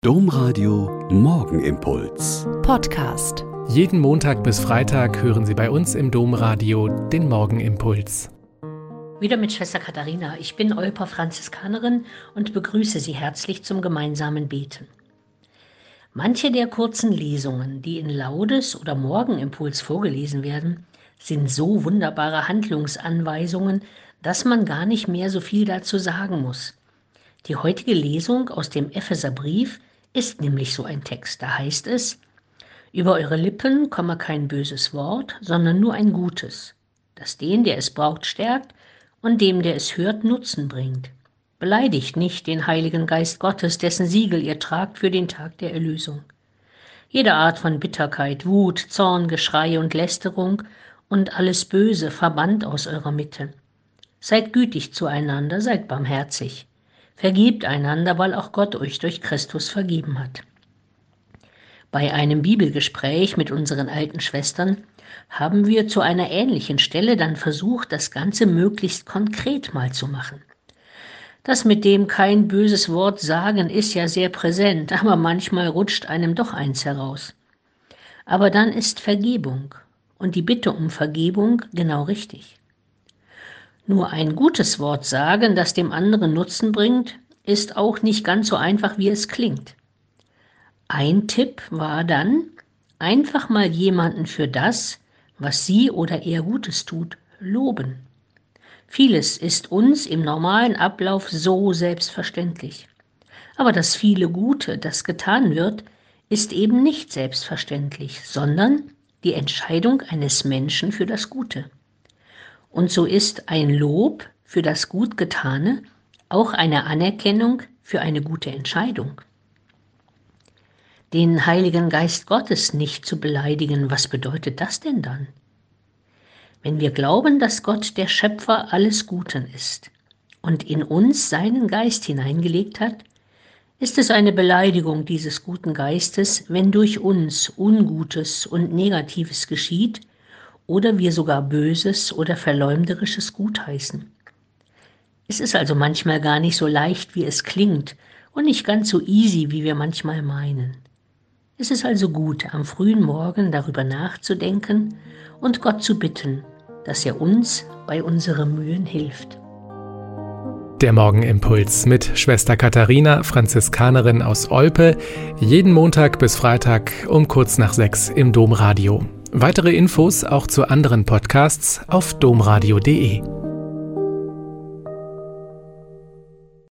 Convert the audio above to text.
Domradio Morgenimpuls Podcast. Jeden Montag bis Freitag hören Sie bei uns im Domradio den Morgenimpuls. Wieder mit Schwester Katharina. Ich bin Olper Franziskanerin und begrüße Sie herzlich zum gemeinsamen Beten. Manche der kurzen Lesungen, die in Laudes oder Morgenimpuls vorgelesen werden, sind so wunderbare Handlungsanweisungen, dass man gar nicht mehr so viel dazu sagen muss. Die heutige Lesung aus dem Epheserbrief ist nämlich so ein Text. Da heißt es: Über eure Lippen komme kein böses Wort, sondern nur ein gutes, das den, der es braucht, stärkt und dem, der es hört, Nutzen bringt. Beleidigt nicht den Heiligen Geist Gottes, dessen Siegel ihr tragt für den Tag der Erlösung. Jede Art von Bitterkeit, Wut, Zorn, Geschrei und Lästerung und alles Böse verbannt aus eurer Mitte. Seid gütig zueinander, seid barmherzig. Vergebt einander, weil auch Gott euch durch Christus vergeben hat. Bei einem Bibelgespräch mit unseren alten Schwestern haben wir zu einer ähnlichen Stelle dann versucht, das Ganze möglichst konkret mal zu machen. Das mit dem kein böses Wort sagen ist ja sehr präsent, aber manchmal rutscht einem doch eins heraus. Aber dann ist Vergebung und die Bitte um Vergebung genau richtig. Nur ein gutes Wort sagen, das dem anderen Nutzen bringt, ist auch nicht ganz so einfach, wie es klingt. Ein Tipp war dann, einfach mal jemanden für das, was sie oder er Gutes tut, loben. Vieles ist uns im normalen Ablauf so selbstverständlich. Aber das viele Gute, das getan wird, ist eben nicht selbstverständlich, sondern die Entscheidung eines Menschen für das Gute. Und so ist ein Lob für das Gutgetane auch eine Anerkennung für eine gute Entscheidung. Den Heiligen Geist Gottes nicht zu beleidigen, was bedeutet das denn dann? Wenn wir glauben, dass Gott der Schöpfer alles Guten ist und in uns seinen Geist hineingelegt hat, ist es eine Beleidigung dieses guten Geistes, wenn durch uns Ungutes und Negatives geschieht oder wir sogar Böses oder Verleumderisches gutheißen. Es ist also manchmal gar nicht so leicht, wie es klingt und nicht ganz so easy, wie wir manchmal meinen. Es ist also gut, am frühen Morgen darüber nachzudenken und Gott zu bitten, dass er uns bei unseren Mühen hilft. Der Morgenimpuls mit Schwester Katharina, Franziskanerin aus Olpe, jeden Montag bis Freitag um kurz nach 6 im Domradio. Weitere Infos auch zu anderen Podcasts auf domradio.de.